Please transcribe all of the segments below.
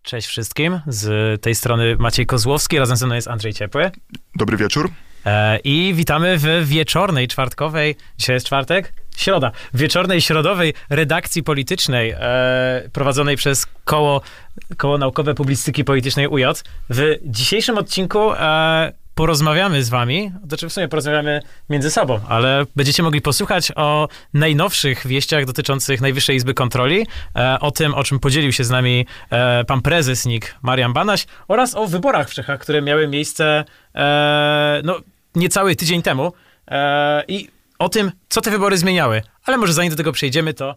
Cześć wszystkim, z tej strony Maciej Kozłowski, razem ze mną jest Andrzej Ciepły. Dobry wieczór. I witamy w wieczornej, czwartkowej, dzisiaj jest czwartek? Środa. Wieczornej, środowej redakcji politycznej prowadzonej przez Koło Naukowe Publicystyki Politycznej UJ. W dzisiejszym odcinku porozmawiamy z wami, znaczy w sumie porozmawiamy między sobą, ale będziecie mogli posłuchać o najnowszych wieściach dotyczących Najwyższej Izby Kontroli, o tym, o czym podzielił się z nami pan prezes NIK Marian Banaś oraz o wyborach w Czechach, które miały miejsce niecały tydzień temu i o tym, co te wybory zmieniały. Ale może zanim do tego przejdziemy, to...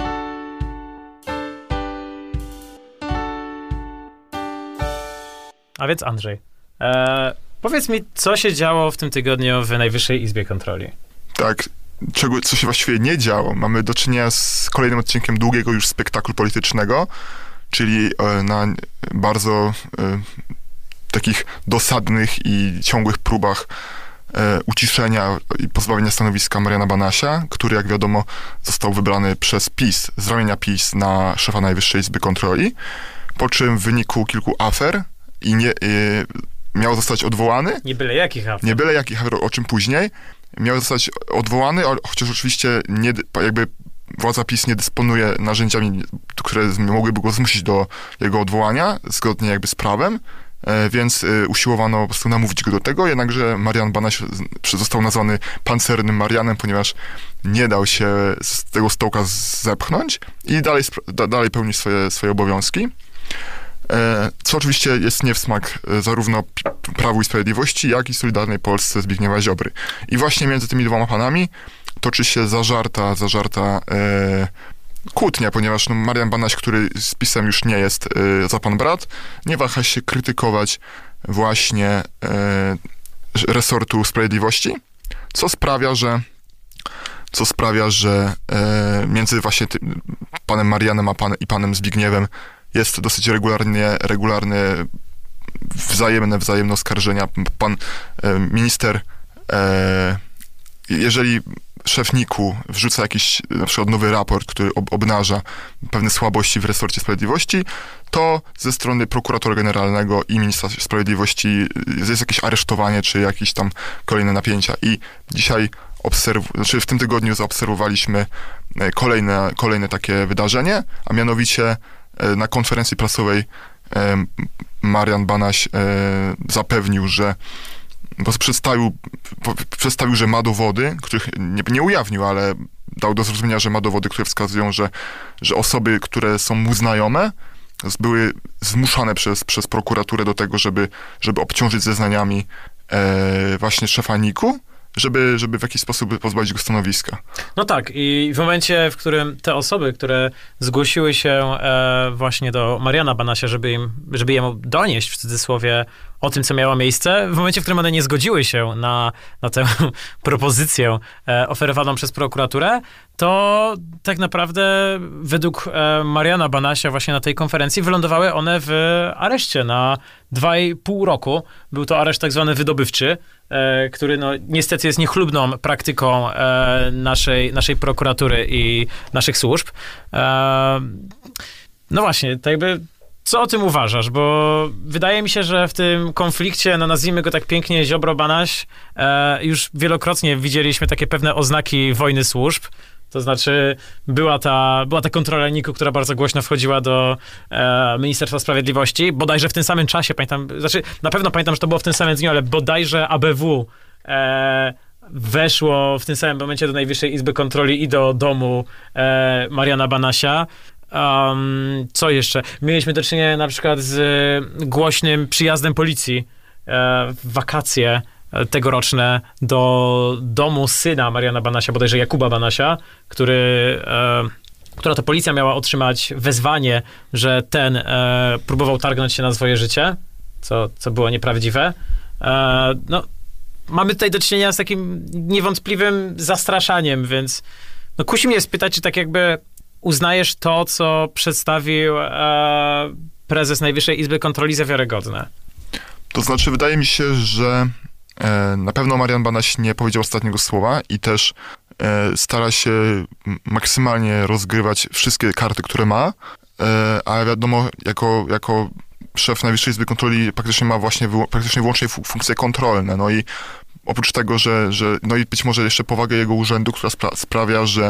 A więc Andrzej, powiedz mi, co się działo w tym tygodniu w Najwyższej Izbie Kontroli? Tak, co się właściwie nie działo. Mamy do czynienia z kolejnym odcinkiem długiego już spektaklu politycznego, czyli na bardzo takich dosadnych i ciągłych próbach uciszenia i pozbawienia stanowiska Mariana Banasia, który, jak wiadomo, został wybrany przez PiS, z ramienia PiS na szefa Najwyższej Izby Kontroli, po czym w wyniku kilku afer miał zostać odwołany. Nie byle jakich afer. Nie byle jakich afer, o czym później. Miał zostać odwołany, chociaż oczywiście władza PiS nie dysponuje narzędziami, które mogłyby go zmusić do jego odwołania, zgodnie jakby z prawem, więc usiłowano po prostu namówić go do tego, jednakże Marian Banaś został nazwany pancernym Marianem, ponieważ nie dał się z tego stołka zepchnąć i dalej pełni swoje obowiązki. Co oczywiście jest nie w smak zarówno Prawu i Sprawiedliwości, jak i Solidarnej Polsce Zbigniewa Ziobry. I właśnie między tymi dwoma panami toczy się zażarta kłótnia, ponieważ Marian Banaś, który z PiS-em już nie jest za pan brat, nie waha się krytykować właśnie resortu sprawiedliwości, co sprawia, że między właśnie panem Marianem i panem Zbigniewem jest dosyć regularne wzajemne oskarżenia. Pan minister, jeżeli szef NIK-u wrzuca jakiś na przykład nowy raport, który obnaża pewne słabości w resorcie sprawiedliwości, to ze strony prokuratora generalnego i ministra sprawiedliwości jest jakieś aresztowanie, czy jakieś tam kolejne napięcia. I dzisiaj w tym tygodniu zaobserwowaliśmy kolejne takie wydarzenie, a mianowicie na konferencji prasowej Marian Banaś zapewnił, że przedstawił, że ma dowody, których nie ujawnił, ale dał do zrozumienia, że ma dowody, które wskazują, że osoby, które są mu znajome, były zmuszane przez prokuraturę do tego, żeby obciążyć zeznaniami właśnie szefa NIK-u, żeby w jakiś sposób pozbawić go stanowiska. No tak, i w momencie, w którym te osoby, które zgłosiły się właśnie do Mariana Banasia, żeby jemu donieść, w cudzysłowie, o tym, co miało miejsce, w momencie, w którym one nie zgodziły się na tę propozycję oferowaną przez prokuraturę, to tak naprawdę według Mariana Banasia właśnie na tej konferencji wylądowały one w areszcie na 2,5 roku. Był to areszt tak zwany wydobywczy, który niestety jest niechlubną praktyką naszej prokuratury i naszych służb. No właśnie, tak jakby... Co o tym uważasz? Bo wydaje mi się, że w tym konflikcie, nazwijmy go tak pięknie Ziobro-Banaś, już wielokrotnie widzieliśmy takie pewne oznaki wojny służb. To znaczy była ta kontrola NIK-u, która bardzo głośno wchodziła do Ministerstwa Sprawiedliwości. Bodajże w tym samym czasie, pamiętam, na pewno pamiętam, że to było w tym samym dniu, ale bodajże ABW weszło w tym samym momencie do Najwyższej Izby Kontroli i do domu Mariana Banasia. Co jeszcze? Mieliśmy do czynienia na przykład z głośnym przyjazdem policji w wakacje tegoroczne do domu syna Mariana Banasia, bodajże Jakuba Banasia, która to policja miała otrzymać wezwanie, że ten próbował targnąć się na swoje życie, co było nieprawdziwe. Mamy tutaj do czynienia z takim niewątpliwym zastraszaniem, więc kusi mnie spytać, czy tak jakby uznajesz to, co przedstawił prezes Najwyższej Izby Kontroli za wiarygodne? To znaczy, wydaje mi się, że na pewno Marian Banaś nie powiedział ostatniego słowa i też stara się maksymalnie rozgrywać wszystkie karty, które ma, a wiadomo, jako szef Najwyższej Izby Kontroli praktycznie ma właśnie praktycznie wyłącznie funkcje kontrolne. No i oprócz tego, że no i być może jeszcze powagę jego urzędu, która sprawia, że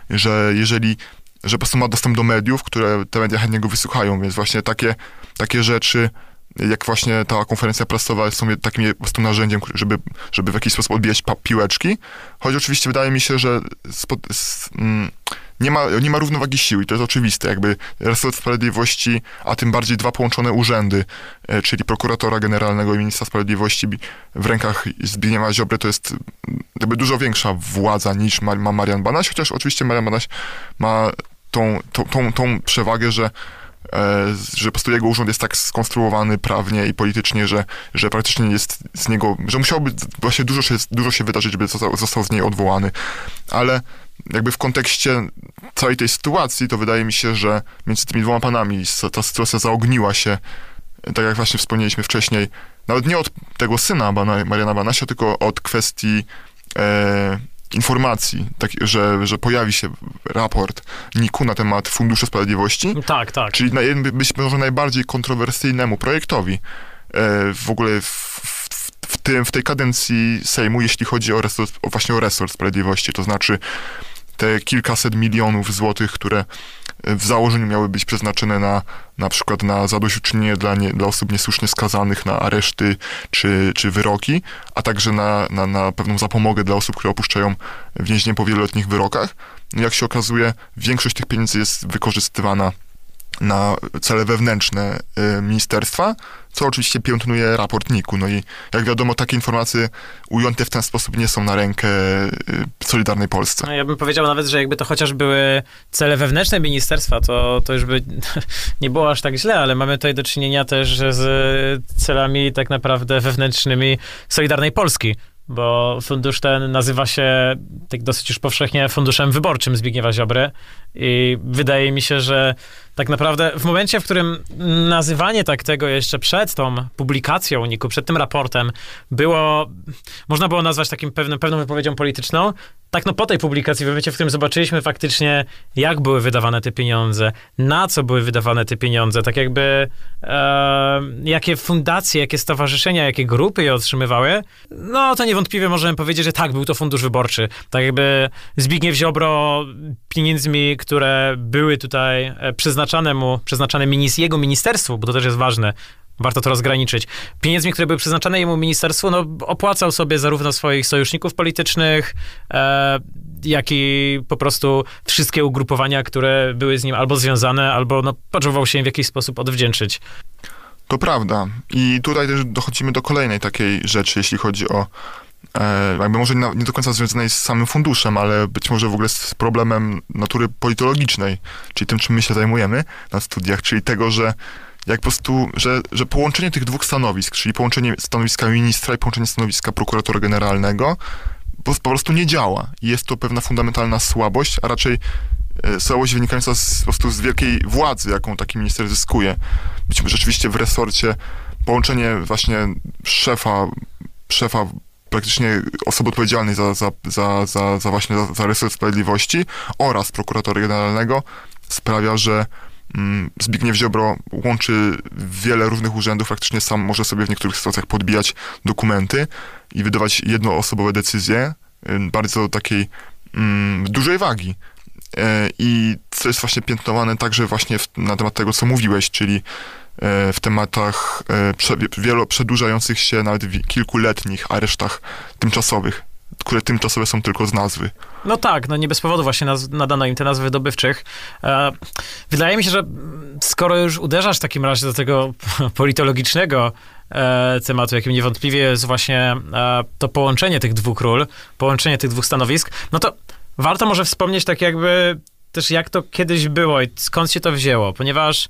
po prostu ma dostęp do mediów, które te media chętnie go wysłuchają, więc właśnie takie rzeczy, jak właśnie ta konferencja prasowa, są takim po prostu narzędziem, żeby w jakiś sposób odbijać piłeczki, choć oczywiście wydaje mi się, że nie ma równowagi sił i to jest oczywiste. Jakby resort sprawiedliwości, a tym bardziej dwa połączone urzędy, czyli prokuratora generalnego i ministra sprawiedliwości w rękach Zbigniewa Ziobry, to jest jakby dużo większa władza niż ma Marian Banaś, chociaż oczywiście Marian Banaś ma tą przewagę, że po prostu jego urząd jest tak skonstruowany prawnie i politycznie, że praktycznie jest z niego, że musiałoby właśnie dużo się wydarzyć, żeby został z niej odwołany. Ale jakby w kontekście całej tej sytuacji, to wydaje mi się, że między tymi dwoma panami ta sytuacja zaogniła się, tak jak właśnie wspomnieliśmy wcześniej, nawet nie od tego syna Mariana Banasia, tylko od kwestii informacji, że pojawi się raport NIK-u na temat Funduszu Sprawiedliwości. Tak. Czyli być może najbardziej kontrowersyjnemu projektowi w ogóle w tej kadencji Sejmu, jeśli chodzi właśnie o resort sprawiedliwości. To znaczy te kilkaset milionów złotych, które w założeniu miały być przeznaczone na przykład na zadośćuczynienie dla osób niesłusznie skazanych, na areszty czy wyroki, a także na pewną zapomogę dla osób, które opuszczają więzienie po wieloletnich wyrokach. No jak się okazuje, większość tych pieniędzy jest wykorzystywana na cele wewnętrzne ministerstwa, co oczywiście piętnuje raport NIK-u. No i jak wiadomo, takie informacje ujęte w ten sposób nie są na rękę Solidarnej Polsce. No ja bym powiedział nawet, że jakby to chociaż były cele wewnętrzne ministerstwa, to już by nie było aż tak źle, ale mamy tutaj do czynienia też z celami tak naprawdę wewnętrznymi Solidarnej Polski, bo fundusz ten nazywa się tak dosyć już powszechnie Funduszem Wyborczym Zbigniewa Ziobry i wydaje mi się, że tak naprawdę w momencie, w którym nazywanie tak tego jeszcze przed tą publikacją NIK-u, przed tym raportem można było nazwać takim pewną wypowiedzią polityczną, tak no po tej publikacji, w momencie, w którym zobaczyliśmy faktycznie, jak były wydawane te pieniądze, na co były wydawane te pieniądze, tak jakby jakie fundacje, jakie stowarzyszenia, jakie grupy je otrzymywały, no to niewątpliwie możemy powiedzieć, że tak, był to fundusz wyborczy. Tak jakby Zbigniew Ziobro pieniędzmi, które były tutaj przeznaczane jego ministerstwu, bo to też jest ważne, warto to rozgraniczyć. Pieniędzmi, które były przeznaczane jemu ministerstwu, no opłacał sobie zarówno swoich sojuszników politycznych, jak i po prostu wszystkie ugrupowania, które były z nim albo związane, albo no, potrzebował się im w jakiś sposób odwdzięczyć. To prawda. I tutaj też dochodzimy do kolejnej takiej rzeczy, jeśli chodzi o jakby może nie do końca związanej z samym funduszem, ale być może w ogóle z problemem natury politologicznej, czyli tym, czym my się zajmujemy na studiach, czyli tego, że jak po prostu, że połączenie tych dwóch stanowisk, czyli połączenie stanowiska ministra i połączenie stanowiska prokuratora generalnego po prostu nie działa. Jest to pewna fundamentalna słabość, a raczej słabość wynikająca po prostu z wielkiej władzy, jaką taki minister zyskuje. Być może rzeczywiście w resorcie połączenie właśnie szefa praktycznie osoby odpowiedzialnej za resort sprawiedliwości oraz prokuratora generalnego sprawia, że Zbigniew Ziobro łączy wiele różnych urzędów, praktycznie sam może sobie w niektórych sytuacjach podbijać dokumenty i wydawać jednoosobowe decyzje bardzo takiej dużej wagi. I co jest właśnie piętnowane także właśnie na temat tego, co mówiłeś, czyli w tematach przedłużających się nawet kilkuletnich aresztach tymczasowych, które tymczasowe są tylko z nazwy. No tak, no nie bez powodu właśnie nadano im te nazwy wydobywczych. Wydaje mi się, że skoro już uderzasz w takim razie do tego politologicznego tematu, jakim niewątpliwie jest właśnie to połączenie tych dwóch ról, połączenie tych dwóch stanowisk, no to warto może wspomnieć tak jakby też jak to kiedyś było i skąd się to wzięło, ponieważ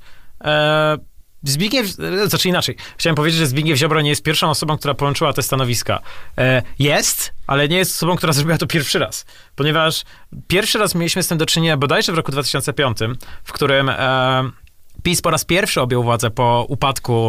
inaczej. Chciałem powiedzieć, że Zbigniew Ziobro nie jest pierwszą osobą, która połączyła te stanowiska. Jest, ale nie jest osobą, która zrobiła to pierwszy raz. Ponieważ pierwszy raz mieliśmy z tym do czynienia bodajże w roku 2005, w którym PiS po raz pierwszy objął władzę po upadku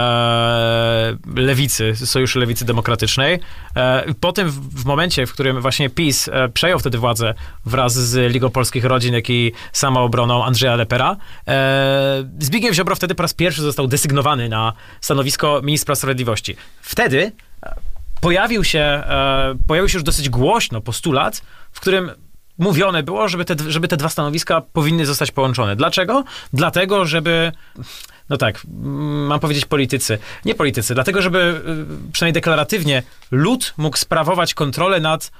lewicy, Sojuszu Lewicy Demokratycznej. Potem w momencie, w którym właśnie PiS przejął wtedy władzę wraz z Ligą Polskich Rodzin, jak i Samoobroną Andrzeja Lepera, Zbigniew Ziobro wtedy po raz pierwszy został desygnowany na stanowisko ministra sprawiedliwości. Wtedy pojawił się już dosyć głośno postulat, w którym mówione było, żeby te dwa stanowiska powinny zostać połączone. Dlaczego? Dlatego, żeby... No tak, mam powiedzieć nie politycy, dlatego, żeby przynajmniej deklaratywnie lud mógł sprawować kontrolę nad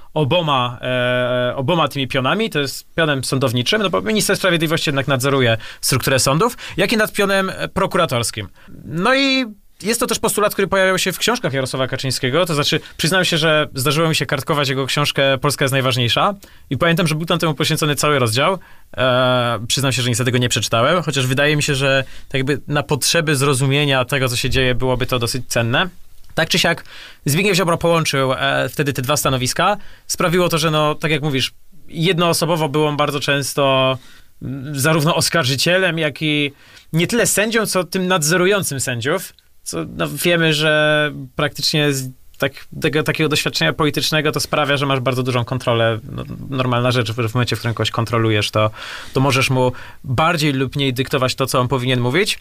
oboma tymi pionami, to jest pionem sądowniczym, no bo minister sprawiedliwości jednak nadzoruje strukturę sądów, jak i nad pionem prokuratorskim. No i jest to też postulat, który pojawiał się w książkach Jarosława Kaczyńskiego, to znaczy przyznam się, że zdarzyło mi się kartkować jego książkę Polska jest najważniejsza i pamiętam, że był tam temu poświęcony cały rozdział. Przyznam się, że niestety go nie przeczytałem, chociaż wydaje mi się, że tak jakby na potrzeby zrozumienia tego, co się dzieje, byłoby to dosyć cenne. Tak czy siak Zbigniew Ziobro połączył wtedy te dwa stanowiska. Sprawiło to, że no, tak jak mówisz, jednoosobowo był on bardzo często zarówno oskarżycielem, jak i nie tyle sędzią, co tym nadzorującym sędziów. Co, no, wiemy, że praktycznie z takiego doświadczenia politycznego to sprawia, że masz bardzo dużą kontrolę. No, normalna rzecz, że w momencie, w którym kogoś kontrolujesz, to możesz mu bardziej lub mniej dyktować to, co on powinien mówić.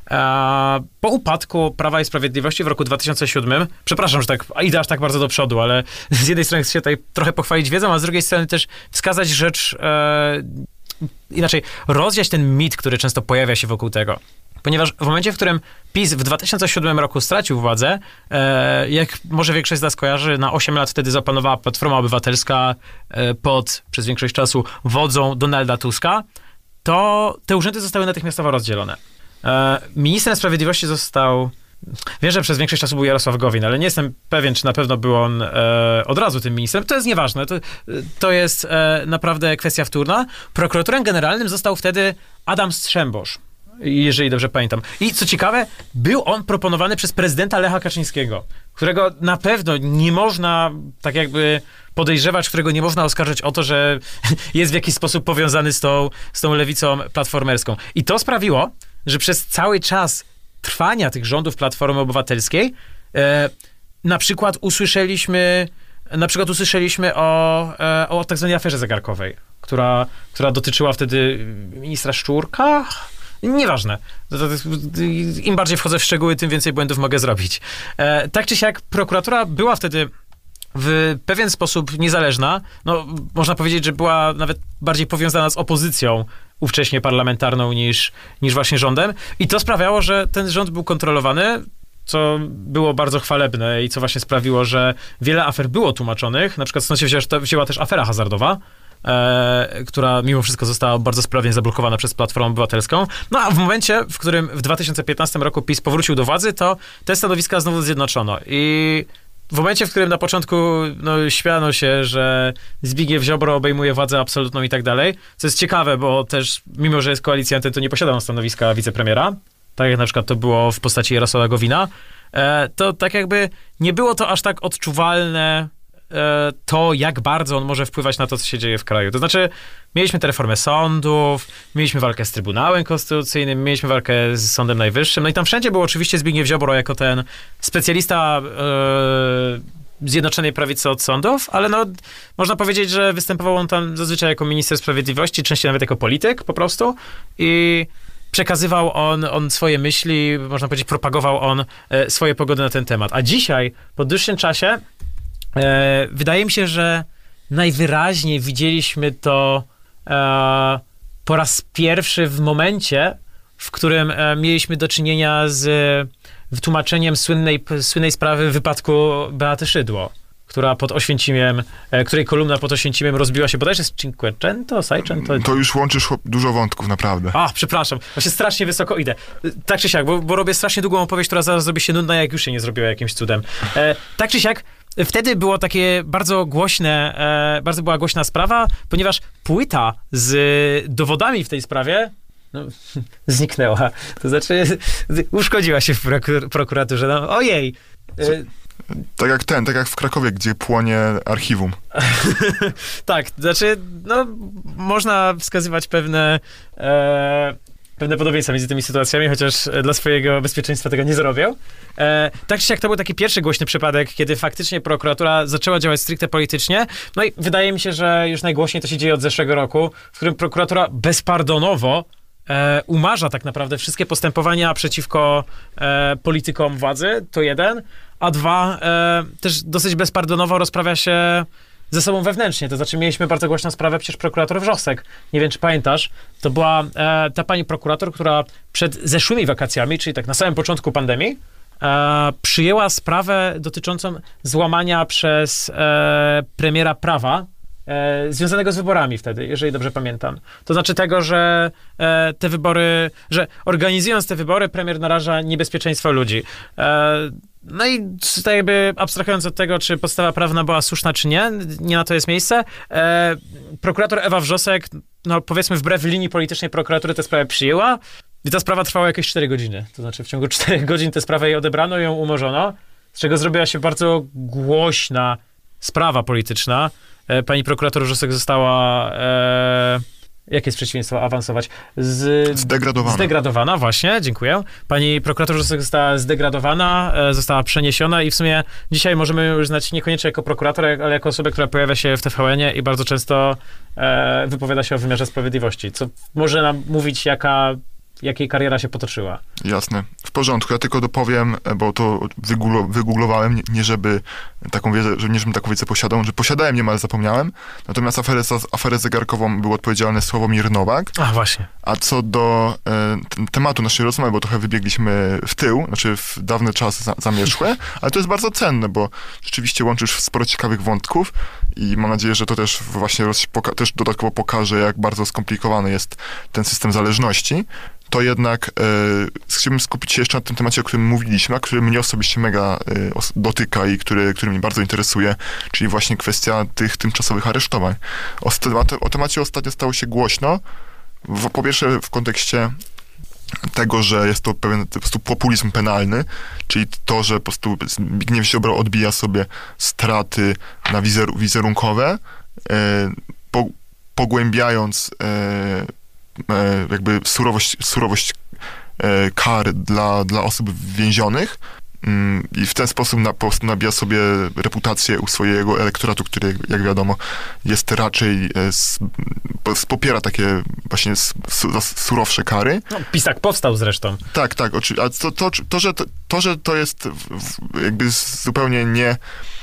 Po upadku Prawa i Sprawiedliwości w roku 2007, przepraszam, że tak idę aż tak bardzo do przodu, ale z jednej strony chcę się tutaj trochę pochwalić wiedzą, a z drugiej strony też wskazać rzecz, inaczej, rozwiać ten mit, który często pojawia się wokół tego. Ponieważ w momencie, w którym PiS w 2007 roku stracił władzę, jak może większość z nas kojarzy, na 8 lat wtedy zapanowała Platforma Obywatelska przez większość czasu wodzą Donalda Tuska, to te urzędy zostały natychmiastowo rozdzielone. Ministrem sprawiedliwości został... Wiem, że przez większość czasu był Jarosław Gowin, ale nie jestem pewien, czy na pewno był on od razu tym ministrem. To jest nieważne. To jest naprawdę kwestia wtórna. Prokuratorem generalnym został wtedy Adam Strzembosz, jeżeli dobrze pamiętam. I co ciekawe, był on proponowany przez prezydenta Lecha Kaczyńskiego, którego na pewno nie można tak jakby podejrzewać, którego nie można oskarżyć o to, że jest w jakiś sposób powiązany z tą lewicą platformerską. I to sprawiło, że przez cały czas trwania tych rządów Platformy Obywatelskiej na przykład usłyszeliśmy o tak zwanej aferze zegarkowej, która dotyczyła wtedy ministra Szczurka. Nieważne. Im bardziej wchodzę w szczegóły, tym więcej błędów mogę zrobić. Tak czy siak prokuratura była wtedy w pewien sposób niezależna. No, można powiedzieć, że była nawet bardziej powiązana z opozycją ówcześnie parlamentarną niż właśnie rządem. I to sprawiało, że ten rząd był kontrolowany, co było bardzo chwalebne i co właśnie sprawiło, że wiele afer było tłumaczonych. Na przykład stąd się wzięła też afera hazardowa, która mimo wszystko została bardzo sprawnie zablokowana przez Platformę Obywatelską. No a w momencie, w którym w 2015 roku PiS powrócił do władzy, to te stanowiska znowu zjednoczono. I w momencie, w którym na początku śmiano się, że Zbigniew Ziobro obejmuje władzę absolutną i tak dalej, co jest ciekawe, bo też mimo, że jest koalicjantem, to nie posiada on stanowiska wicepremiera, tak jak na przykład to było w postaci Jarosława Gowina, to tak jakby nie było to aż tak odczuwalne to, jak bardzo on może wpływać na to, co się dzieje w kraju. To znaczy, mieliśmy tę reformę sądów, mieliśmy walkę z Trybunałem Konstytucyjnym, mieliśmy walkę z Sądem Najwyższym, no i tam wszędzie był oczywiście Zbigniew Ziobro jako ten specjalista Zjednoczonej Prawicy od sądów, ale no, można powiedzieć, że występował on tam zazwyczaj jako minister sprawiedliwości, częściej nawet jako polityk po prostu i przekazywał on swoje myśli, można powiedzieć, propagował on swoje poglądy na ten temat. A dzisiaj, po dłuższym czasie, wydaje mi się, że najwyraźniej widzieliśmy to po raz pierwszy w momencie, w którym mieliśmy do czynienia z wytłumaczeniem słynnej sprawy wypadku Beaty Szydło, której kolumna pod Oświęcimiem rozbiła się bodajże z Cinquecento, Seicento. To już łączysz dużo wątków, naprawdę. Przepraszam, właśnie strasznie wysoko idę. Tak czy siak, bo robię strasznie długą opowieść, która zaraz zrobi się nudna, jak już się nie zrobiła jakimś cudem. Tak czy siak, wtedy było takie bardzo była głośna sprawa, ponieważ płyta z dowodami w tej sprawie zniknęła. To znaczy, uszkodziła się w prokuraturze. No, ojej! Tak jak w Krakowie, gdzie płonie archiwum. Tak, znaczy, można wskazywać pewne podobieństwa między tymi sytuacjami, chociaż dla swojego bezpieczeństwa tego nie zrobił. Tak czy siak to był taki pierwszy głośny przypadek, kiedy faktycznie prokuratura zaczęła działać stricte politycznie. No i wydaje mi się, że już najgłośniej to się dzieje od zeszłego roku, w którym prokuratura bezpardonowo umarza tak naprawdę wszystkie postępowania przeciwko politykom władzy, to jeden, a dwa, też dosyć bezpardonowo rozprawia się ze sobą wewnętrznie. To znaczy mieliśmy bardzo głośną sprawę przecież prokurator Wrzosek. Nie wiem, czy pamiętasz. To była ta pani prokurator, która przed zeszłymi wakacjami, czyli tak na samym początku pandemii, przyjęła sprawę dotyczącą złamania przez premiera prawa związanego z wyborami wtedy, jeżeli dobrze pamiętam. To znaczy tego, że te wybory, że organizując te wybory, premier naraża niebezpieczeństwo ludzi. No i tutaj jakby abstrahując od tego, czy podstawa prawna była słuszna, czy nie, nie na to jest miejsce, prokurator Ewa Wrzosek, no powiedzmy wbrew linii politycznej prokuratury tę sprawę przyjęła i ta sprawa trwała jakieś 4 godziny. To znaczy w ciągu 4 godzin tę sprawę jej odebrano, ją umorzono, z czego zrobiła się bardzo głośna sprawa polityczna. Pani prokurator Wrzosek została... Jakie jest przeciwieństwo? Awansować? Zdegradowana. Zdegradowana, właśnie, dziękuję. Pani prokurator Wrzosek została zdegradowana, została przeniesiona i w sumie dzisiaj możemy ją już znać niekoniecznie jako prokurator, ale jako osobę, która pojawia się w TVN-ie i bardzo często wypowiada się o wymiarze sprawiedliwości, co może nam mówić, jakiej kariera się potoczyła. Jasne. W porządku. Ja tylko dopowiem, bo to wygooglowałem, nie żeby taką wiedzę, że nie żebym taką wiedzę posiadał, że posiadałem niemal zapomniałem. Natomiast aferę zegarkową był odpowiedzialny Sławomir Nowak. A, właśnie. A co do tematu naszej rozmowy, bo trochę wybiegliśmy w tył, znaczy w dawne czasy zamierzchłe, ale to jest bardzo cenne, bo rzeczywiście łączysz sporo ciekawych wątków i mam nadzieję, że to też właśnie też dodatkowo pokaże, jak bardzo skomplikowany jest ten system zależności. To jednak chciałbym skupić się jeszcze na tym temacie, o którym mówiliśmy, a który mnie osobiście mega dotyka i który mnie bardzo interesuje, czyli właśnie kwestia tych tymczasowych aresztowań. O temacie ostatnio stało się głośno, po pierwsze w kontekście tego, że jest to pewien po prostu populizm penalny, czyli to, że po prostu Zbigniew Ziobro odbija sobie straty na wizerunkowe, pogłębiając jakby surowość kar dla osób więzionych i w ten sposób po prostu nabija sobie reputację u swojego elektoratu, który, jak wiadomo, jest raczej popiera takie właśnie surowsze kary. No, PiS tak powstał zresztą. Tak, a że to jest jakby zupełnie nie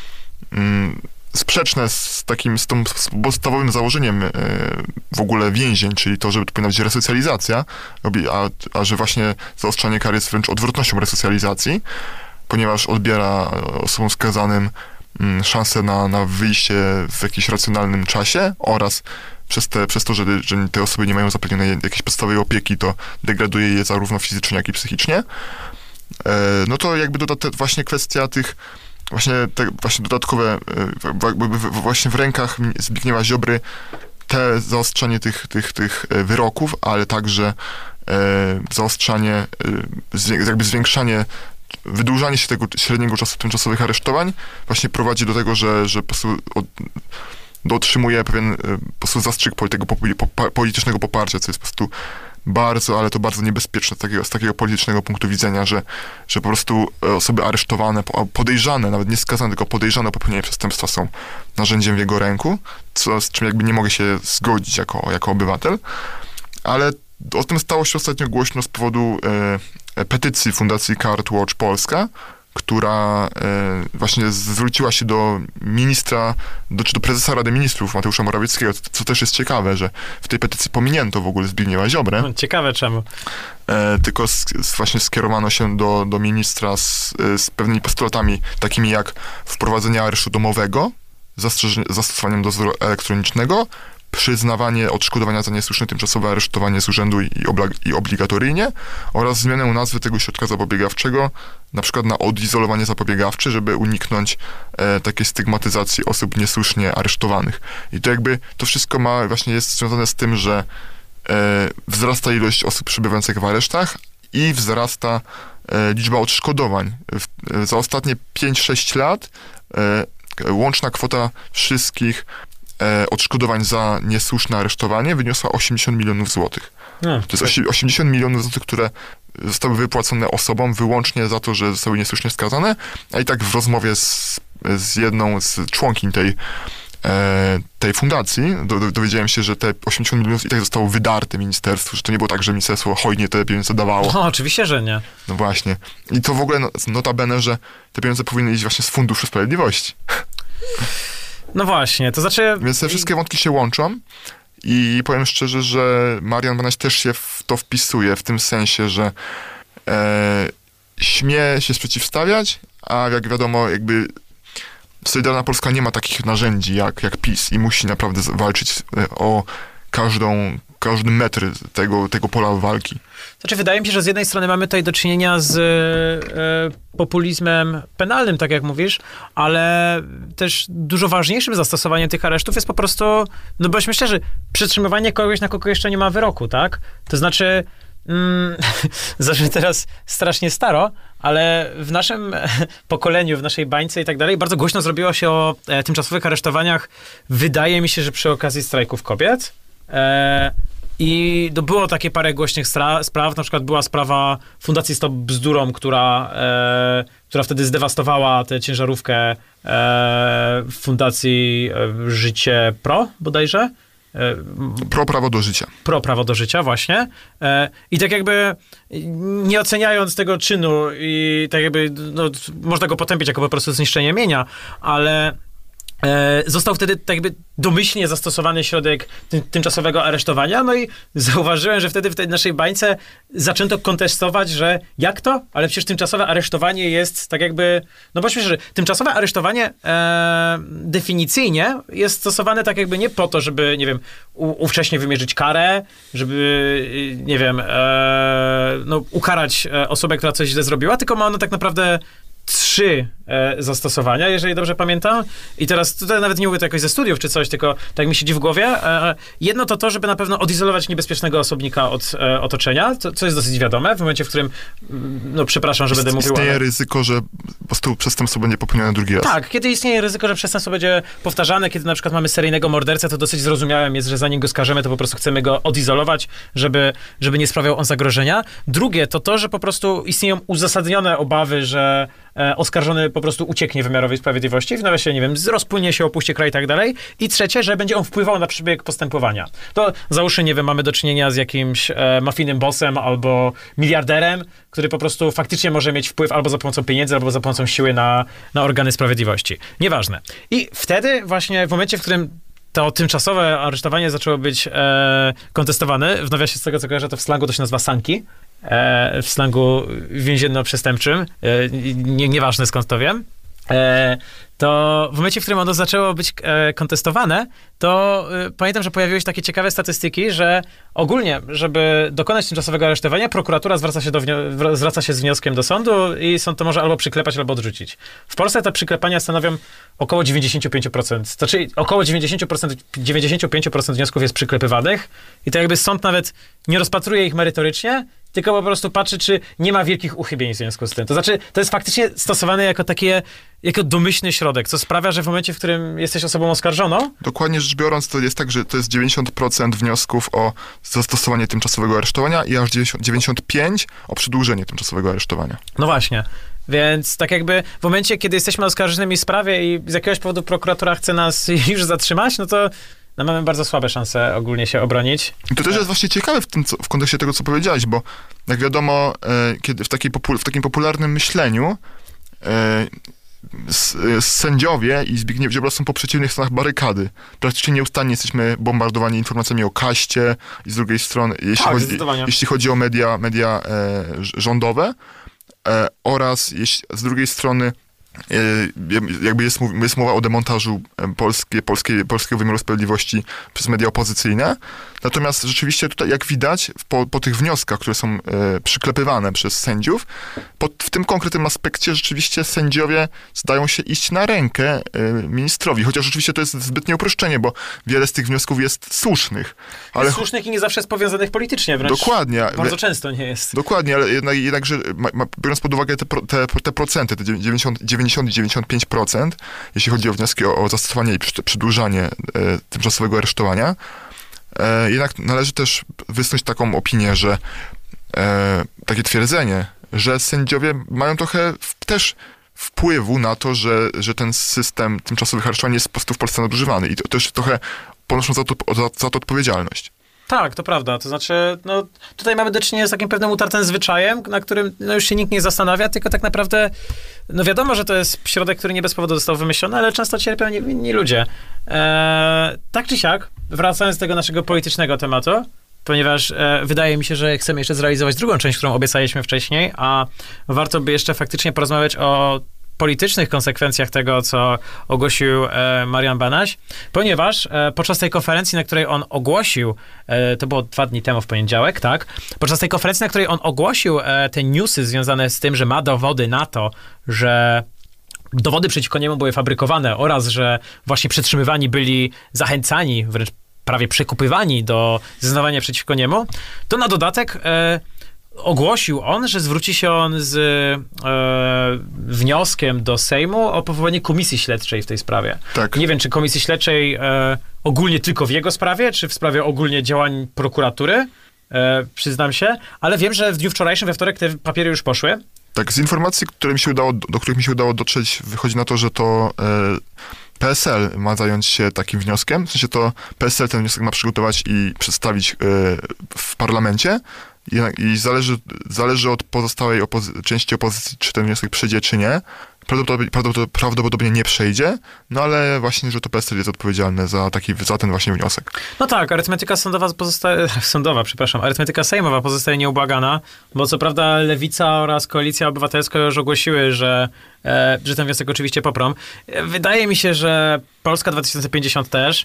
sprzeczne z tym podstawowym założeniem w ogóle więzień, czyli to, że powinna być resocjalizacja, a że właśnie zaostrzanie kar jest wręcz odwrotnością resocjalizacji, ponieważ odbiera osobom skazanym szansę na wyjście w jakimś racjonalnym czasie oraz przez to, że te osoby nie mają zapewnionej jakiejś podstawowej opieki, to degraduje je zarówno fizycznie, jak i psychicznie. No to jakby właśnie kwestia tych właśnie dodatkowe, właśnie w rękach Zbigniewa Ziobry te zaostrzanie tych wyroków, ale także zaostrzanie, jakby zwiększanie, wydłużanie się tego średniego czasu tymczasowych aresztowań właśnie prowadzi do tego, że po prostu otrzymuje pewien po prostu zastrzyk tego politycznego poparcia, co jest po prostu ale to bardzo niebezpieczne z takiego politycznego punktu widzenia, że po prostu osoby aresztowane, podejrzane, nawet nie skazane, tylko podejrzane o popełnienie przestępstwa są narzędziem w jego ręku, z czym jakby nie mogę się zgodzić jako obywatel. Ale o tym stało się ostatnio głośno z powodu petycji Fundacji CardWatch Polska, która właśnie zwróciła się do ministra, czy do prezesa Rady Ministrów Mateusza Morawieckiego, co też jest ciekawe, że w tej petycji pominięto w ogóle Zbigniewa Ziobrę. No, ciekawe czemu. Tylko właśnie skierowano się do ministra z pewnymi postulatami, takimi jak wprowadzenie aresztu domowego, zastosowaniem dozoru elektronicznego, przyznawanie odszkodowania za niesłuszne tymczasowe aresztowanie z urzędu i obligatoryjnie oraz zmianę nazwy tego środka zapobiegawczego, na przykład na odizolowanie zapobiegawcze, żeby uniknąć takiej stygmatyzacji osób niesłusznie aresztowanych. I to jakby to wszystko jest związane z tym, że wzrasta ilość osób przebywających w aresztach i wzrasta liczba odszkodowań. Za ostatnie 5-6 lat łączna kwota wszystkich odszkodowań za niesłuszne aresztowanie wyniosła 80 milionów złotych. To jest 80 milionów złotych, które zostały wypłacone osobom wyłącznie za to, że zostały niesłusznie skazane, a i tak w rozmowie z jedną z członkiń tej fundacji dowiedziałem się, że te 80 milionów i tak zostało wydarte ministerstwu, że to nie było tak, że ministerstwo hojnie te pieniądze dawało. No, oczywiście, że nie. No właśnie. I to w ogóle notabene, że te pieniądze powinny iść właśnie z Funduszu Sprawiedliwości. No właśnie, to znaczy... Więc te wszystkie wątki się łączą i powiem szczerze, że Marian Banaś też się w to wpisuje, w tym sensie, że śmie się przeciwstawiać, a jak wiadomo, jakby Solidarna Polska nie ma takich narzędzi jak PiS i musi naprawdę walczyć o każdy metr tego pola walki. Znaczy, wydaje mi się, że z jednej strony mamy tutaj do czynienia z populizmem penalnym, tak jak mówisz, ale też dużo ważniejszym zastosowaniem tych aresztów jest po prostu, no bądźmy szczerzy, przetrzymywanie kogoś, na kogo jeszcze nie ma wyroku, tak? To znaczy, zacznę teraz strasznie staro, ale w naszym pokoleniu, w naszej bańce i tak dalej, bardzo głośno zrobiło się o tymczasowych aresztowaniach, wydaje mi się, że przy okazji strajków kobiet. I było takie parę głośnych spraw, na przykład była sprawa Fundacji Stop Bzdurom, która wtedy zdewastowała tę ciężarówkę Fundacji Życie Pro, bodajże. Pro prawo do życia. Pro prawo do życia, właśnie. I tak jakby nie oceniając tego czynu i tak jakby, no, można go potępić jako po prostu zniszczenie mienia, ale został wtedy tak jakby domyślnie zastosowany środek tymczasowego aresztowania, no i zauważyłem, że wtedy w tej naszej bańce zaczęto kontestować, że jak to? Ale przecież tymczasowe aresztowanie jest tak jakby, no bądźmy szczerzy, tymczasowe aresztowanie definicyjnie jest stosowane tak jakby nie po to, żeby, nie wiem, ówcześnie wymierzyć karę, żeby, nie wiem, no ukarać osobę, która coś źle zrobiła, tylko ma ono tak naprawdę 3 zastosowania, jeżeli dobrze pamiętam. I teraz tutaj nawet nie mówię to jakoś ze studiów czy coś, tylko tak mi siedzi w głowie. Jedno to, żeby na pewno odizolować niebezpiecznego osobnika od otoczenia, co jest dosyć wiadome, w momencie, w którym, no przepraszam, że będę mówił... Istnieje ryzyko, że po prostu przestępstwo będzie popełnione drugi raz. Tak, kiedy istnieje ryzyko, że przestępstwo będzie powtarzane, kiedy na przykład mamy seryjnego mordercę, to dosyć zrozumiałym jest, że zanim go skażemy, to po prostu chcemy go odizolować, żeby nie sprawiał on zagrożenia. Drugie to, że po prostu istnieją uzasadnione obawy, że oskarżony po prostu ucieknie wymiarowej sprawiedliwości, w nawiasie, nie wiem, rozpłynie się, opuści kraj i tak dalej. I trzecie, że będzie on wpływał na przebieg postępowania. To załóżmy, nie wiem, mamy do czynienia z jakimś mafijnym bossem albo miliarderem, który po prostu faktycznie może mieć wpływ albo za pomocą pieniędzy, albo za pomocą siły na organy sprawiedliwości. Nieważne. I wtedy właśnie w momencie, w którym to tymczasowe aresztowanie zaczęło być kontestowane, w nawiasie z tego, co kojarzę, to w slangu to się nazywa sanki, w slangu więzienno-przestępczym, nieważne skąd to wiem, to w momencie, w którym ono zaczęło być kontestowane, to pamiętam, że pojawiły się takie ciekawe statystyki, że ogólnie, żeby dokonać tymczasowego aresztowania, prokuratura zwraca się z wnioskiem do sądu i sąd to może albo przyklepać, albo odrzucić. W Polsce te przyklepania stanowią około 95%. Znaczy około 95% wniosków jest przyklepywanych i to jakby sąd nawet nie rozpatruje ich merytorycznie, tylko po prostu patrzy, czy nie ma wielkich uchybień w związku z tym. To znaczy, to jest faktycznie stosowane jako domyślny środek, co sprawia, że w momencie, w którym jesteś osobą oskarżoną... Dokładnie rzecz biorąc, to jest tak, że to jest 90% wniosków o zastosowanie tymczasowego aresztowania i aż 95% o przedłużenie tymczasowego aresztowania. No właśnie. Więc tak jakby w momencie, kiedy jesteśmy oskarżonymi w sprawie i z jakiegoś powodu prokuratura chce nas już zatrzymać, no to mamy bardzo słabe szanse ogólnie się obronić. I to też jest właśnie ciekawe w kontekście tego, co powiedziałeś, bo jak wiadomo, kiedy w takim popularnym myśleniu sędziowie i Zbigniew Ziobro są po przeciwnych stronach barykady. Praktycznie nieustannie jesteśmy bombardowani informacjami o kaście i z drugiej strony, jeśli chodzi o media rządowe, oraz z drugiej strony jakby jest mowa o demontażu polskiego wymiaru sprawiedliwości przez media opozycyjne. Natomiast rzeczywiście tutaj, jak widać, po tych wnioskach, które są przyklepywane przez sędziów, w tym konkretnym aspekcie rzeczywiście sędziowie zdają się iść na rękę ministrowi. Chociaż rzeczywiście to jest zbytnie uproszczenie, bo wiele z tych wniosków jest słusznych. Ale słusznych i nie zawsze jest powiązanych politycznie, wręcz dokładnie. Bardzo często nie jest. Dokładnie, ale jednakże biorąc pod uwagę te procenty, te 90-95%, jeśli chodzi o wnioski o zastosowanie i przedłużanie tymczasowego aresztowania, jednak należy też wysnuć taką opinię, że takie twierdzenie, że sędziowie mają trochę też wpływu na to, że ten system tymczasowych aresztowań jest po prostu w Polsce nadużywany i to też trochę ponoszą za to odpowiedzialność. Tak, to prawda. To znaczy, no, tutaj mamy do czynienia z takim pewnym utartym zwyczajem, na którym no, już się nikt nie zastanawia, tylko tak naprawdę, no wiadomo, że to jest środek, który nie bez powodu został wymyślony, ale często cierpią niewinni ludzie. Tak czy siak, wracając do tego naszego politycznego tematu, ponieważ wydaje mi się, że chcemy jeszcze zrealizować drugą część, którą obiecaliśmy wcześniej, a warto by jeszcze faktycznie porozmawiać o politycznych konsekwencjach tego, co ogłosił Marian Banaś, ponieważ podczas tej konferencji, na której on ogłosił, to było 2 dni temu w poniedziałek, tak? Podczas tej konferencji, na której on ogłosił te newsy związane z tym, że ma dowody na to, że dowody przeciwko niemu były fabrykowane oraz, że właśnie przetrzymywani byli zachęcani, wręcz prawie przekupywani do zeznawania przeciwko niemu, to na dodatek ogłosił on, że zwróci się on z wnioskiem do Sejmu o powołanie komisji śledczej w tej sprawie. Tak. Nie wiem, czy komisji śledczej ogólnie tylko w jego sprawie, czy w sprawie ogólnie działań prokuratury, przyznam się, ale wiem, że w dniu wczorajszym, we wtorek, te papiery już poszły. Tak, z informacji, do których mi się udało dotrzeć, wychodzi na to, że to PSL ma zająć się takim wnioskiem. W sensie to PSL ten wniosek ma przygotować i przedstawić w parlamencie. I zależy od pozostałej części opozycji, czy ten wniosek przejdzie, czy nie. Prawdopodobnie nie przejdzie, no ale właśnie, że to PSL jest odpowiedzialne za ten właśnie wniosek. No tak, arytmetyka arytmetyka sejmowa pozostaje nieubłagana, bo co prawda Lewica oraz Koalicja Obywatelska już ogłosiły, że ten wniosek oczywiście poprą. Wydaje mi się, że Polska 2050 też.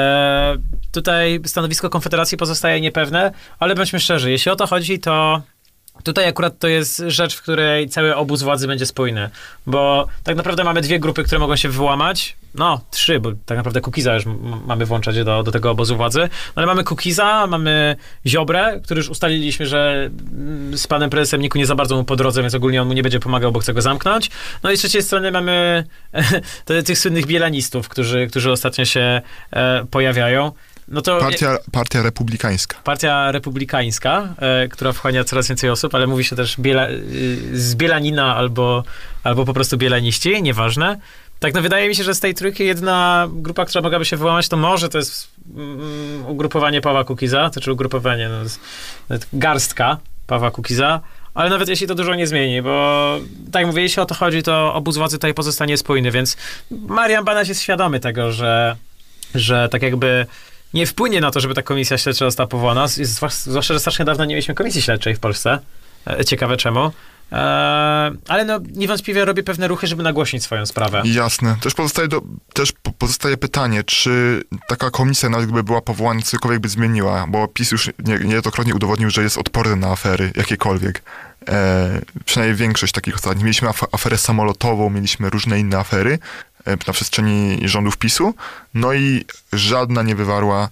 Tutaj stanowisko Konfederacji pozostaje niepewne, ale bądźmy szczerzy, jeśli o to chodzi, to tutaj akurat to jest rzecz, w której cały obóz władzy będzie spójny, bo tak naprawdę mamy 2 grupy, które mogą się wyłamać, no 3, bo tak naprawdę Kukiza już mamy włączać do tego obozu władzy, ale mamy Kukiza, mamy Ziobrę, który już ustaliliśmy, że z panem prezesem Niku nie za bardzo mu po drodze, więc ogólnie on mu nie będzie pomagał, bo chce go zamknąć. No i z trzeciej strony mamy tych słynnych bielanistów, którzy ostatnio się pojawiają. No to Partia Republikańska. Partia Republikańska, która wchłania coraz więcej osób, ale mówi się też z Bielanina albo po prostu bielaniści, nieważne. Tak, no wydaje mi się, że z tej trójki jedna grupa, która mogłaby się wyłamać, to może to jest ugrupowanie Pawła Kukiza, to czy ugrupowanie, garstka Pawła Kukiza, ale nawet jeśli to dużo nie zmieni, bo tak jak mówię, jeśli o to chodzi, to obóz władzy tutaj pozostanie spójny, więc Marian Banaś jest świadomy tego, że tak jakby nie wpłynie na to, żeby ta komisja śledcza została powołana, zwłaszcza, że strasznie dawno nie mieliśmy komisji śledczej w Polsce. Ciekawe czemu. Ale no niewątpliwie robi pewne ruchy, żeby nagłośnić swoją sprawę. Jasne. Też pozostaje pytanie, czy taka komisja, nawet gdyby była powołana, cokolwiek by zmieniła, bo PiS już niejednokrotnie udowodnił, że jest odporny na afery jakiekolwiek. Przynajmniej większość takich ostatnich. Mieliśmy aferę samolotową, mieliśmy różne inne afery na przestrzeni rządów PiS-u, no i żadna nie wywarła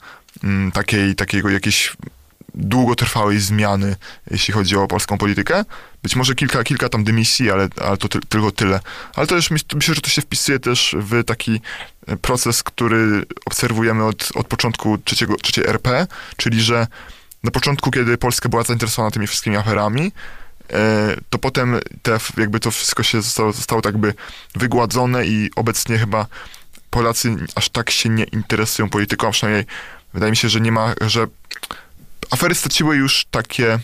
takiego jakiejś długotrwałej zmiany, jeśli chodzi o polską politykę. Być może kilka tam dymisji, ale to tylko tyle. Ale to już myślę, że to się wpisuje też w taki proces, który obserwujemy od początku trzeciej RP, czyli że na początku, kiedy Polska była zainteresowana tymi wszystkimi aferami, to potem jakby to wszystko się zostało tak by wygładzone i obecnie chyba Polacy aż tak się nie interesują polityką, a przynajmniej wydaje mi się, że afery straciły już takie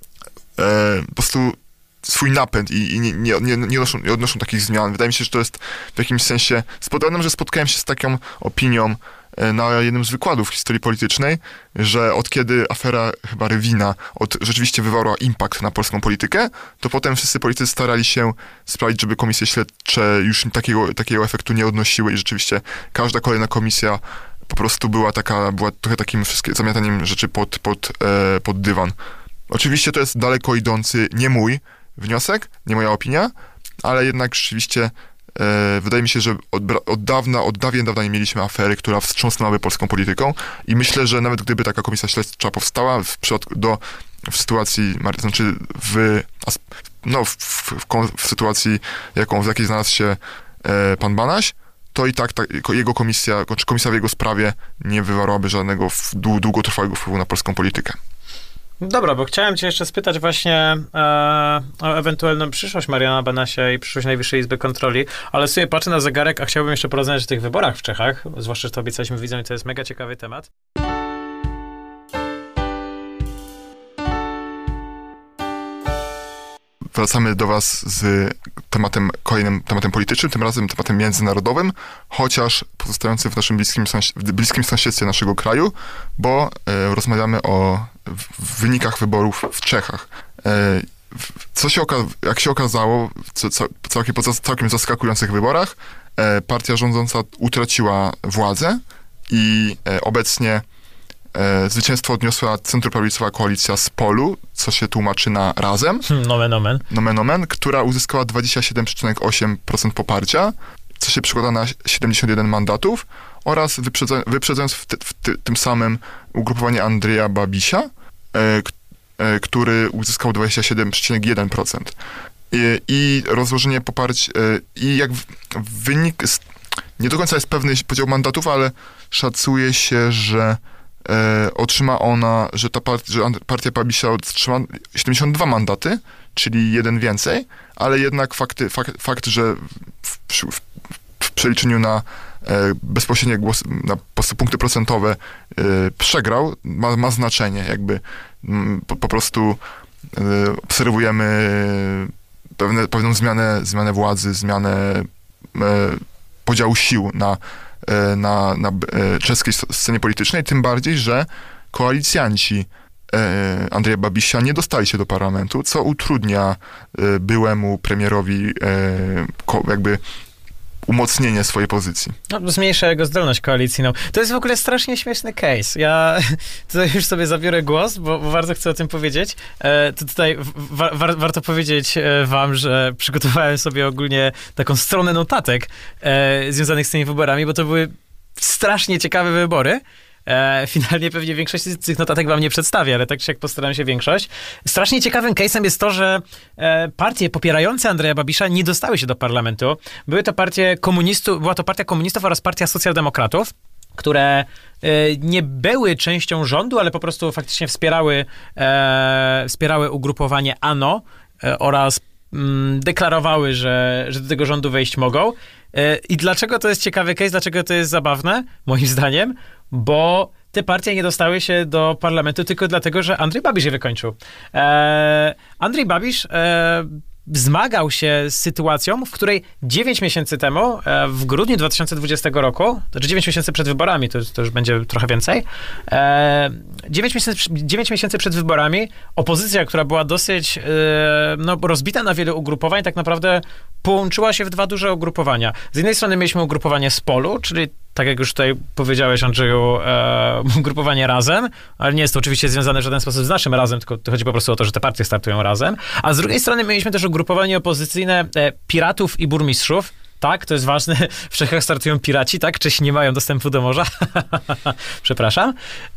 po prostu swój napęd i nie odnoszą takich zmian. Wydaje mi się, że to jest w jakimś sensie... Spodobałem, że spotkałem się z taką opinią na jednym z wykładów historii politycznej, że od kiedy afera chyba Rywina rzeczywiście wywarła impact na polską politykę, to potem wszyscy politycy starali się sprawić, żeby komisje śledcze już takiego efektu nie odnosiły i rzeczywiście każda kolejna komisja po prostu była trochę takim zamiataniem rzeczy pod dywan. Oczywiście to jest daleko idący, nie mój wniosek, nie moja opinia, ale jednak rzeczywiście wydaje mi się, że od dawna nie mieliśmy afery, która wstrząsnęłaby polską polityką i myślę, że nawet gdyby taka komisja śledcza powstała w sytuacji, znaczy w sytuacji, w jakiej znalazł się pan Banaś, to i tak jego komisja, czy komisja w jego sprawie nie wywarłaby żadnego długotrwałego wpływu na polską politykę. Dobra, bo chciałem cię jeszcze spytać właśnie o ewentualną przyszłość Mariana Banasia i przyszłość Najwyższej Izby Kontroli, ale sobie patrzę na zegarek, a chciałbym jeszcze porozmawiać o tych wyborach w Czechach, zwłaszcza, że to obiecaliśmy widzom i to jest mega ciekawy temat. Wracamy do was z kolejnym tematem politycznym, tym razem tematem międzynarodowym, chociaż pozostającym w naszym bliskim sąsiedztwie naszego kraju, bo rozmawiamy o wynikach wyborów w Czechach. Jak się okazało, po całkiem zaskakujących wyborach, partia rządząca utraciła władzę i obecnie zwycięstwo odniosła centroprawicowa koalicja Spolu, co się tłumaczy na Razem. Nomen omen. Nomen omen, która uzyskała 27,8% poparcia, co się przekłada na 71 mandatów oraz wyprzedzając tym samym ugrupowanie Andrzeja Babisia, który uzyskał 27,1%. I rozłożenie poparć, i jak wynik, nie do końca jest pewny podział mandatów, ale szacuje się, że otrzyma ona, że partia Babisia otrzyma 72 mandaty, czyli jeden więcej, ale jednak fakt, że w przeliczeniu na bezpośrednie głosy, na punkty procentowe przegrał, ma znaczenie. Jakby po prostu obserwujemy pewną zmianę władzy, zmianę podziału sił na czeskiej scenie politycznej, tym bardziej, że koalicjanci Andrzeja Babisia nie dostali się do parlamentu, co utrudnia byłemu premierowi jakby umocnienie swojej pozycji. No, zmniejsza jego zdolność koalicyjną. To jest w ogóle strasznie śmieszny case. Ja tutaj już sobie zabiorę głos, bo bardzo chcę o tym powiedzieć. To tutaj warto powiedzieć wam, że przygotowałem sobie ogólnie taką stronę notatek związanych z tymi wyborami, bo to były strasznie ciekawe wybory. Finalnie pewnie większość z tych notatek wam nie przedstawię, ale tak czy jak postaram się większość. Strasznie ciekawym case'em jest to, że partie popierające Andrzeja Babisza nie dostały się do parlamentu. Była to partia komunistów oraz partia socjaldemokratów, które nie były częścią rządu, ale po prostu faktycznie wspierały ugrupowanie ANO oraz deklarowały, że do tego rządu wejść mogą. I dlaczego to jest ciekawy case, dlaczego to jest zabawne, moim zdaniem? Bo te partie nie dostały się do parlamentu tylko dlatego, że Andrzej Babiš je wykończył. Andrzej Babiš zmagał się z sytuacją, w której 9 miesięcy temu, w grudniu 2020 roku, to znaczy 9 miesięcy przed wyborami, to już będzie trochę więcej, 9 miesięcy przed wyborami opozycja, która była dosyć rozbita na wiele ugrupowań, tak naprawdę połączyła się w dwa duże ugrupowania. Z jednej strony mieliśmy ugrupowanie Spolu, czyli tak jak już tutaj powiedziałeś, Andrzeju, ugrupowanie Razem, ale nie jest to oczywiście związane w żaden sposób z naszym Razem, tylko chodzi po prostu o to, że te partie startują razem. A z drugiej strony mieliśmy też ugrupowanie opozycyjne Piratów i Burmistrzów. Tak, to jest ważne. W Czechach startują piraci, tak? Czesi nie mają dostępu do morza. Przepraszam.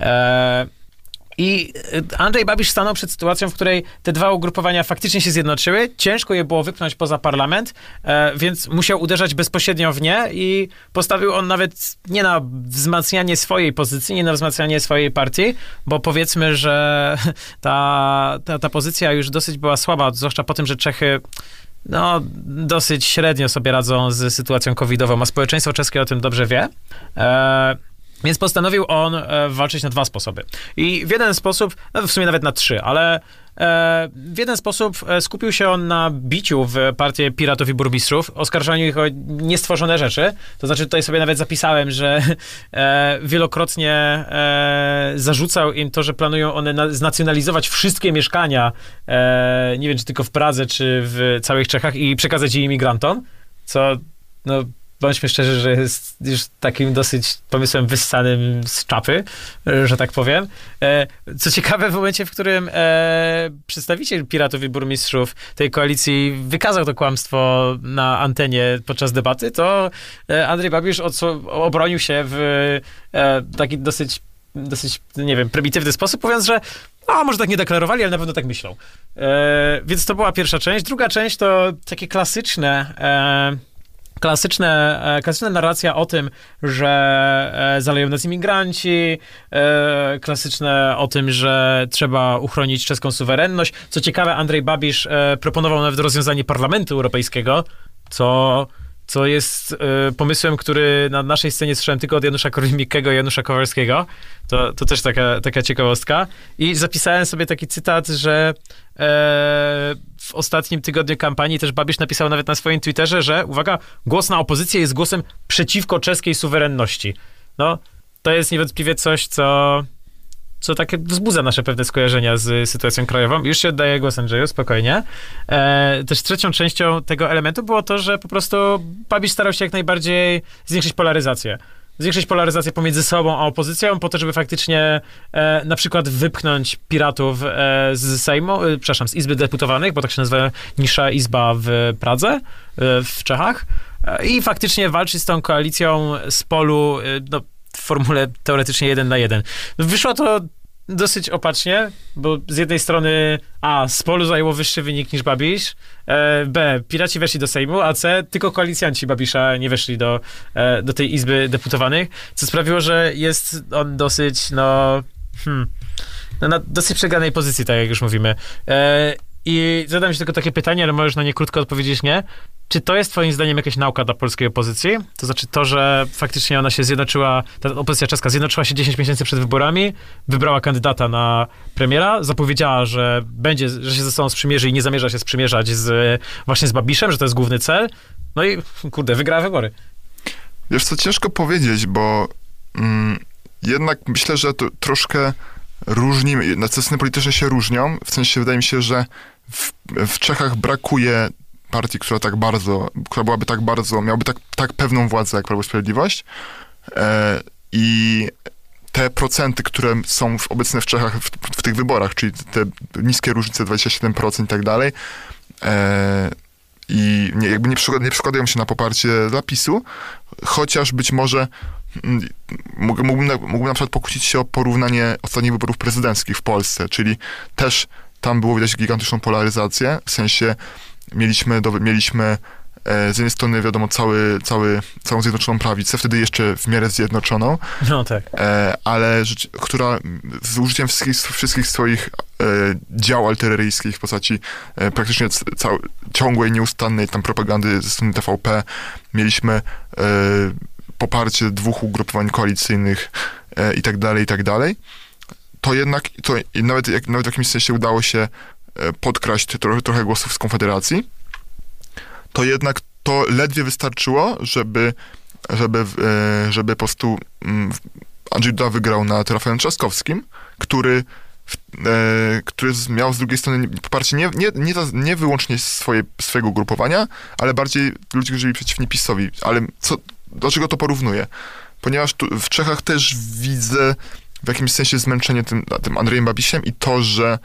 I Andrzej Babiš stanął przed sytuacją, w której te dwa ugrupowania faktycznie się zjednoczyły. Ciężko je było wypchnąć poza parlament, więc musiał uderzać bezpośrednio w nie i postawił on nawet nie na wzmacnianie swojej pozycji, nie na wzmacnianie swojej partii, bo powiedzmy, że ta pozycja już dosyć była słaba, zwłaszcza po tym, że Czechy dosyć średnio sobie radzą z sytuacją covidową, a społeczeństwo czeskie o tym dobrze wie. Więc postanowił on walczyć na dwa sposoby. I w jeden sposób, w sumie nawet na trzy, ale w jeden sposób skupił się on na biciu w partię Piratów i Burmistrzów, oskarżaniu ich o niestworzone rzeczy. To znaczy tutaj sobie nawet zapisałem, że wielokrotnie zarzucał im to, że planują one znacjonalizować wszystkie mieszkania, nie wiem czy tylko w Pradze, czy w całych Czechach i przekazać je imigrantom, co bądźmy szczerzy, że jest już takim dosyć pomysłem wyssanym z czapy, że tak powiem. Co ciekawe, w momencie, w którym przedstawiciel Piratów i Burmistrzów tej koalicji wykazał to kłamstwo na antenie podczas debaty, to Andrzej Babiš obronił się w taki dosyć, nie wiem, prymitywny sposób, mówiąc, że może tak nie deklarowali, ale na pewno tak myślą. Więc to była pierwsza część. Druga część to takie klasyczne klasyczna narracja o tym, że zaleją nas imigranci, klasyczne o tym, że trzeba uchronić czeską suwerenność. Co ciekawe, Andrzej Babiš proponował nawet rozwiązanie Parlamentu Europejskiego, co jest pomysłem, który na naszej scenie słyszałem tylko od Janusza Korwin-Mikkego i Janusza Kowalskiego. To też taka ciekawostka. I zapisałem sobie taki cytat, że w ostatnim tygodniu kampanii też Babiš napisał nawet na swoim Twitterze, że, uwaga, głos na opozycję jest głosem przeciwko czeskiej suwerenności. No, to jest niewątpliwie coś, co takie wzbudza nasze pewne skojarzenia z sytuacją krajową. Już się oddaję głos Andrzeju, spokojnie. Też trzecią częścią tego elementu było to, że po prostu Babiš starał się jak najbardziej zwiększyć polaryzację. Zwiększyć polaryzację pomiędzy sobą a opozycją, po to, żeby faktycznie na przykład wypchnąć piratów z Sejmu, z Izby Deputowanych, bo tak się nazywa niższa izba w Pradze, w Czechach. I faktycznie walczyć z tą koalicją z polu, w formule teoretycznie 1 na 1. Wyszło to dosyć opacznie, bo z jednej strony A, z polu zajęło wyższy wynik niż Babiš, B, piraci weszli do Sejmu, a C, tylko koalicjanci Babisza nie weszli do tej Izby Deputowanych, co sprawiło, że jest on dosyć, na dosyć przegranej pozycji, tak jak już mówimy. I zadam ci tylko takie pytanie, ale możesz na nie krótko odpowiedzieć nie. Czy to jest twoim zdaniem jakaś nauka dla polskiej opozycji? To znaczy to, że faktycznie ona się zjednoczyła, ta opozycja czeska zjednoczyła się 10 miesięcy przed wyborami, wybrała kandydata na premiera, zapowiedziała, że się ze sobą sprzymierzy i nie zamierza się sprzymierzać właśnie z Babišem, że to jest główny cel. No i kurde, wygrała wybory. Wiesz co, ciężko powiedzieć, bo jednak myślę, że to troszkę różni, sceny polityczne się różnią, w sensie wydaje mi się, że w Czechach brakuje partii, która byłaby tak bardzo, miałaby tak pewną władzę jak Prawo i Sprawiedliwość. I te procenty, które są obecne w Czechach w tych wyborach, czyli te niskie różnice, 27% i tak dalej, i nie przekładają się na poparcie dla PiS-u, chociaż być może mógłbym na przykład pokusić się o porównanie ostatnich wyborów prezydenckich w Polsce, czyli też tam było widać gigantyczną polaryzację, w sensie mieliśmy z jednej strony, wiadomo, całą Zjednoczoną Prawicę, wtedy jeszcze w miarę zjednoczoną, no tak. Ale która z użyciem wszystkich swoich dział artyleryjskich w postaci praktycznie ciągłej, nieustannej tam propagandy ze strony TVP, mieliśmy poparcie dwóch ugrupowań koalicyjnych i tak dalej, to jednak nawet w jakimś sensie udało się podkraść trochę głosów z Konfederacji, to jednak to ledwie wystarczyło, żeby po prostu Andrzej Duda wygrał nad Rafałem Trzaskowskim, który miał z drugiej strony poparcie nie wyłącznie swojego ugrupowania, ale bardziej ludzi, którzy byli przeciwni PiS-owi. Ale dlaczego to porównuję? Ponieważ w Czechach też widzę w jakimś sensie zmęczenie tym Andrejem Babišem i to,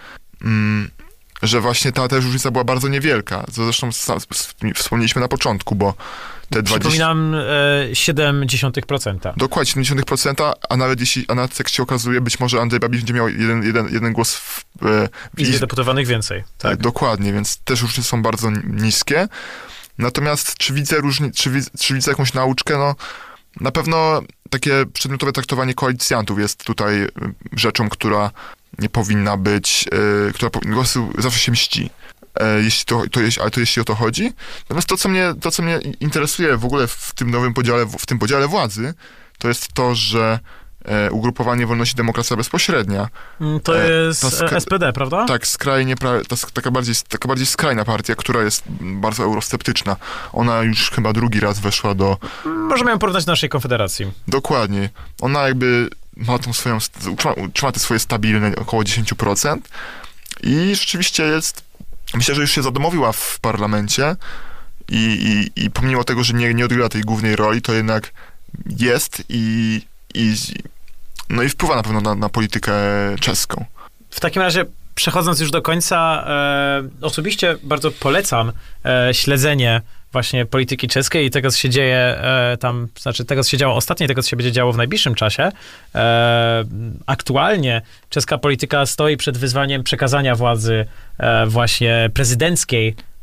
że właśnie ta różnica była bardzo niewielka. Co zresztą wspomnieliśmy na początku, bo te 20... Przypominam 0,7%. Dokładnie, 0,7%, a nawet jak się okazuje, być może Andrzej Babiš będzie miał jeden głos w Izbie Deputowanych więcej. Tak. Dokładnie, więc też różnice są bardzo niskie. Natomiast czy widzę jakąś nauczkę? No, na pewno takie przedmiotowe traktowanie koalicjantów jest tutaj rzeczą, która nie powinna być, która zawsze się mści, jeśli o to chodzi. Natomiast to, co mnie interesuje w ogóle w tym podziale władzy, to jest to, że ugrupowanie Wolność i Demokracja Bezpośrednia. To jest SPD, prawda? Tak, taka bardziej skrajna partia, która jest bardzo eurosceptyczna. Ona już chyba drugi raz weszła do... Możemy ją porównać do naszej Konfederacji. Dokładnie. Ona jakby ma tą swoją, trzyma te swoje stabilne około 10% i rzeczywiście myślę, że już się zadomowiła w parlamencie i pomimo tego, że nie odgrywa tej głównej roli, to jednak jest i wpływa na pewno na politykę czeską. W takim razie, przechodząc już do końca, osobiście bardzo polecam śledzenie właśnie polityki czeskiej i tego, co się dzieje tam, znaczy tego, co się działo ostatnio i tego, co się będzie działo w najbliższym czasie. Aktualnie czeska polityka stoi przed wyzwaniem przekazania władzy właśnie prezydenckiej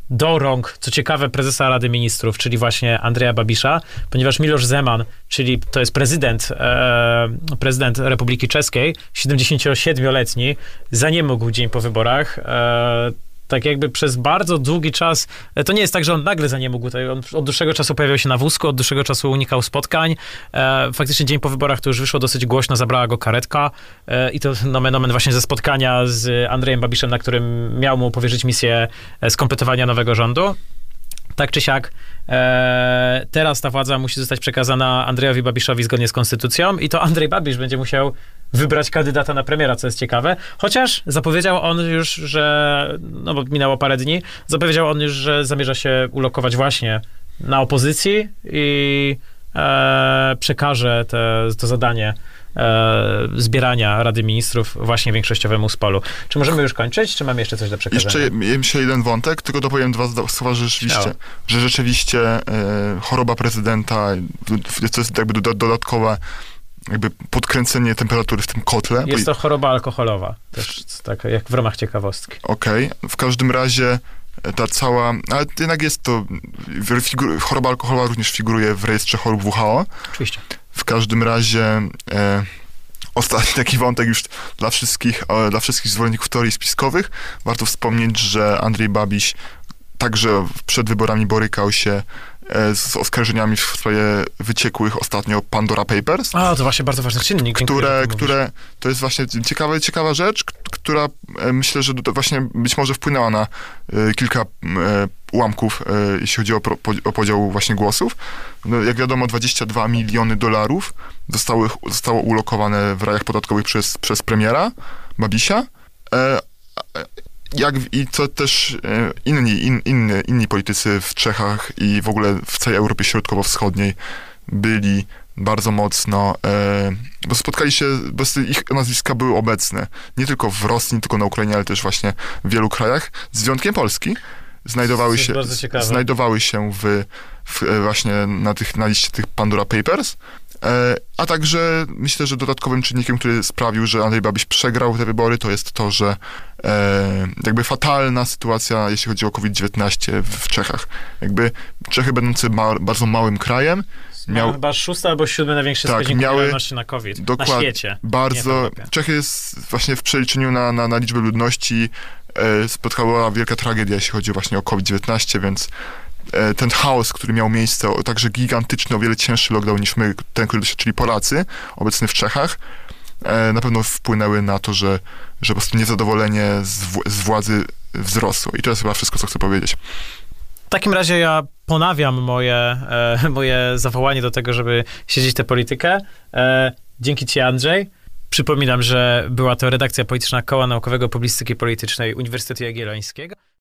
do rąk, co ciekawe, prezesa Rady Ministrów, czyli właśnie Andrzeja Babisza, ponieważ Miloš Zeman, czyli to jest prezydent Republiki Czeskiej, 77-letni, zaniemógł dzień po wyborach. Tak jakby przez bardzo długi czas, to nie jest tak, że on nagle zaniemógł, on od dłuższego czasu pojawiał się na wózku, od dłuższego czasu unikał spotkań. Faktycznie dzień po wyborach to już wyszło dosyć głośno, zabrała go karetka i to nomen omen właśnie ze spotkania z Andrejem Babiszem, na którym miał mu powierzyć misję skompletowania nowego rządu. Tak czy siak, teraz ta władza musi zostać przekazana Andrejowi Babiszowi zgodnie z konstytucją i to Andrzej Babiš będzie musiał wybrać kandydata na premiera, co jest ciekawe. Chociaż zapowiedział on już, że, no bo minęło parę dni, zapowiedział on już, że zamierza się ulokować właśnie na opozycji i przekaże to zadanie zbierania Rady Ministrów właśnie większościowemu Spolu. Czy możemy już kończyć, czy mamy jeszcze coś do przekazania? Jeszcze jeden wątek, tylko dopowiem dwa słowa, że rzeczywiście choroba prezydenta to jest jakby dodatkowa jakby podkręcenie temperatury w tym kotle. Jest to choroba alkoholowa, też tak jak w ramach ciekawostki. Okej. W każdym razie ta cała, ale jednak jest to, choroba alkoholowa również figuruje w rejestrze chorób WHO. Oczywiście. W każdym razie ostatni taki wątek już dla wszystkich zwolenników teorii spiskowych. Warto wspomnieć, że Andrzej Babiš także przed wyborami borykał się z oskarżeniami w sprawie wyciekłych ostatnio Pandora Papers. To właśnie bardzo ważny czynnik. Które to jest właśnie ciekawa rzecz, która myślę, że właśnie być może wpłynęła na kilka ułamków, jeśli chodzi o podział właśnie głosów. No, jak wiadomo, $22 miliony zostało ulokowane w rajach podatkowych przez premiera Babisia. I co też inni politycy w Czechach i w ogóle w całej Europie Środkowo-Wschodniej byli bardzo mocno, bo spotkali się, bo ich nazwiska były obecne nie tylko w Rosji, nie tylko na Ukrainie, ale też właśnie w wielu krajach, z wyjątkiem Polski. Znajdowały się właśnie na liście tych Pandora Papers. A także myślę, że dodatkowym czynnikiem, który sprawił, że Andrzej Babiš przegrał te wybory, to jest to, że jakby fatalna sytuacja, jeśli chodzi o COVID-19 w Czechach. Jakby Czechy, będące bardzo małym krajem, chyba 6. albo 7. największy wskaźnik umieralności na COVID na świecie. Bardzo. Czechy jest właśnie w przeliczeniu na liczbę ludności spotkała wielka tragedia, jeśli chodzi właśnie o COVID-19, więc ten chaos, który miał miejsce, także gigantyczny, o wiele cięższy lockdown niż ten, który doświadczyli Polacy, obecny w Czechach, na pewno wpłynęły na to, że po prostu niezadowolenie z władzy wzrosło. I to jest chyba wszystko, co chcę powiedzieć. W takim razie ja ponawiam moje zawołanie do tego, żeby siedzieć tę politykę. Dzięki ci, Andrzej. Przypominam, że była to redakcja polityczna Koła Naukowego Publicystyki Politycznej Uniwersytetu Jagiellońskiego.